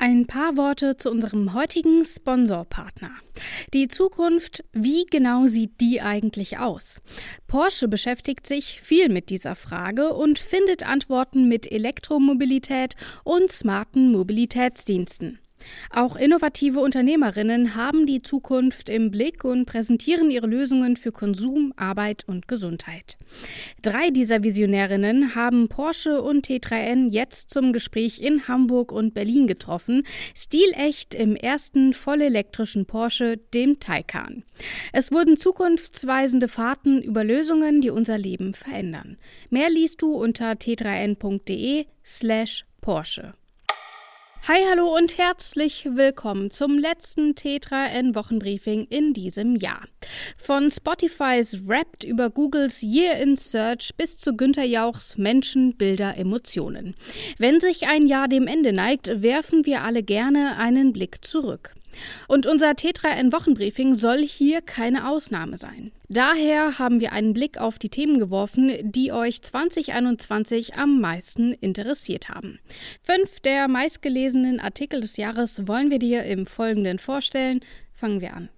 Ein paar Worte zu unserem heutigen Sponsorpartner. Die Zukunft, wie genau sieht die eigentlich aus? Porsche beschäftigt sich viel mit dieser Frage und findet Antworten mit Elektromobilität und smarten Mobilitätsdiensten. Auch innovative Unternehmerinnen haben die Zukunft im Blick und präsentieren ihre Lösungen für Konsum, Arbeit und Gesundheit. 3 dieser Visionärinnen haben Porsche und T3N jetzt zum Gespräch in Hamburg und Berlin getroffen, stilecht im ersten vollelektrischen Porsche, dem Taycan. Es wurden zukunftsweisende Fahrten über Lösungen, die unser Leben verändern. Mehr liest du unter t3n.de/Porsche. Hi, hallo und herzlich willkommen zum letzten T3N Wochenbriefing in diesem Jahr. Von Spotifys Wrapped über Googles Year in Search bis zu Günther Jauchs Menschen, Bilder, Emotionen. Wenn sich ein Jahr dem Ende neigt, werfen wir alle gerne einen Blick zurück. Und unser T3N Wochenbriefing soll hier keine Ausnahme sein. Daher haben wir einen Blick auf die Themen geworfen, die euch 2021 am meisten interessiert haben. 5 der meistgelesenen Artikel des Jahres wollen wir dir im Folgenden vorstellen. Fangen wir an.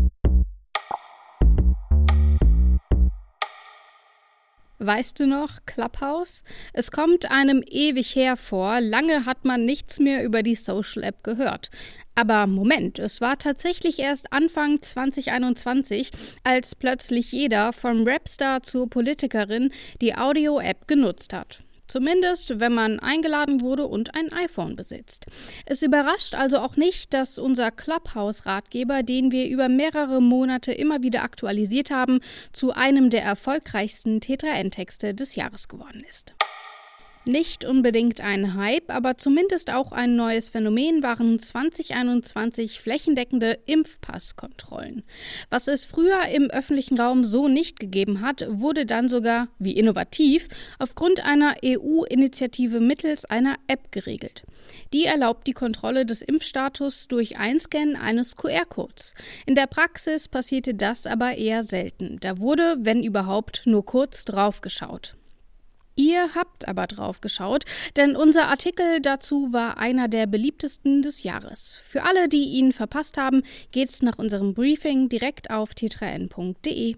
Weißt du noch, Clubhouse? Es kommt einem ewig her vor, lange hat man nichts mehr über die Social App gehört. Aber Moment, es war tatsächlich erst Anfang 2021, als plötzlich jeder, vom Rapstar zur Politikerin, die Audio-App genutzt hat. Zumindest, wenn man eingeladen wurde und ein iPhone besitzt. Es überrascht also auch nicht, dass unser Clubhouse-Ratgeber, den wir über mehrere Monate immer wieder aktualisiert haben, zu einem der erfolgreichsten T3N-Texte des Jahres geworden ist. Nicht unbedingt ein Hype, aber zumindest auch ein neues Phänomen waren 2021 flächendeckende Impfpasskontrollen. Was es früher im öffentlichen Raum so nicht gegeben hat, wurde dann sogar, wie innovativ, aufgrund einer EU-Initiative mittels einer App geregelt. Die erlaubt die Kontrolle des Impfstatus durch Einscannen eines QR-Codes. In der Praxis passierte das aber eher selten. Da wurde, wenn überhaupt, nur kurz drauf geschaut. Ihr habt aber drauf geschaut, denn unser Artikel dazu war einer der beliebtesten des Jahres. Für alle, die ihn verpasst haben, geht's nach unserem Briefing direkt auf t3n.de.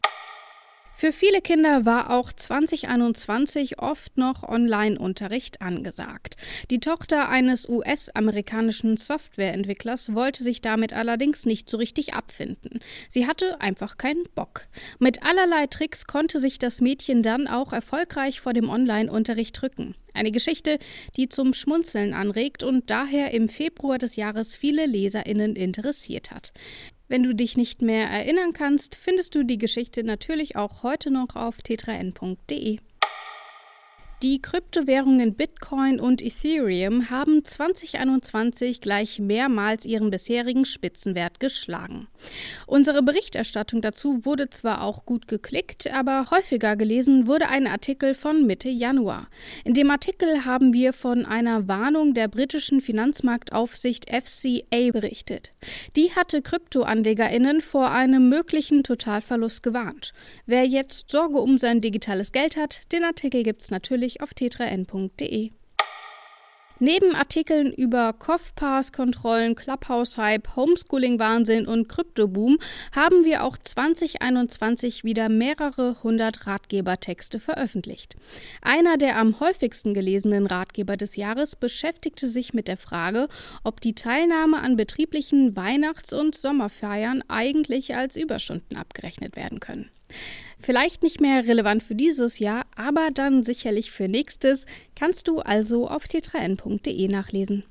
Für viele Kinder war auch 2021 oft noch Online-Unterricht angesagt. Die Tochter eines US-amerikanischen Softwareentwicklers wollte sich damit allerdings nicht so richtig abfinden. Sie hatte einfach keinen Bock. Mit allerlei Tricks konnte sich das Mädchen dann auch erfolgreich vor dem Online-Unterricht drücken. Eine Geschichte, die zum Schmunzeln anregt und daher im Februar des Jahres viele LeserInnen interessiert hat. Wenn du dich nicht mehr erinnern kannst, findest du die Geschichte natürlich auch heute noch auf t3n.de. Die Kryptowährungen Bitcoin und Ethereum haben 2021 gleich mehrmals ihren bisherigen Spitzenwert geschlagen. Unsere Berichterstattung dazu wurde zwar auch gut geklickt, aber häufiger gelesen wurde ein Artikel von Mitte Januar. In dem Artikel haben wir von einer Warnung der britischen Finanzmarktaufsicht FCA berichtet. Die hatte KryptoanlegerInnen vor einem möglichen Totalverlust gewarnt. Wer jetzt Sorge um sein digitales Geld hat, den Artikel gibt's natürlich auf t3n.de. Neben Artikeln über Kopfpass-Kontrollen, Clubhouse-Hype, Homeschooling-Wahnsinn und Kryptoboom haben wir auch 2021 wieder mehrere hundert Ratgebertexte veröffentlicht. Einer der am häufigsten gelesenen Ratgeber des Jahres beschäftigte sich mit der Frage, ob die Teilnahme an betrieblichen Weihnachts- und Sommerfeiern eigentlich als Überstunden abgerechnet werden können. Vielleicht nicht mehr relevant für dieses Jahr, aber dann sicherlich für nächstes, kannst du also auf t3n.de nachlesen.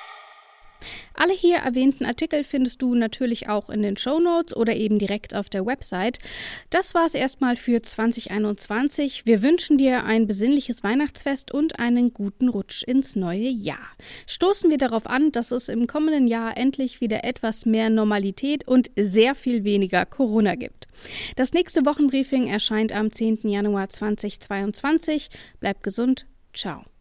Alle hier erwähnten Artikel findest du natürlich auch in den Shownotes oder eben direkt auf der Website. Das war's erstmal für 2021. Wir wünschen dir ein besinnliches Weihnachtsfest und einen guten Rutsch ins neue Jahr. Stoßen wir darauf an, dass es im kommenden Jahr endlich wieder etwas mehr Normalität und sehr viel weniger Corona gibt. Das nächste Wochenbriefing erscheint am 10. Januar 2022. Bleib gesund. Ciao.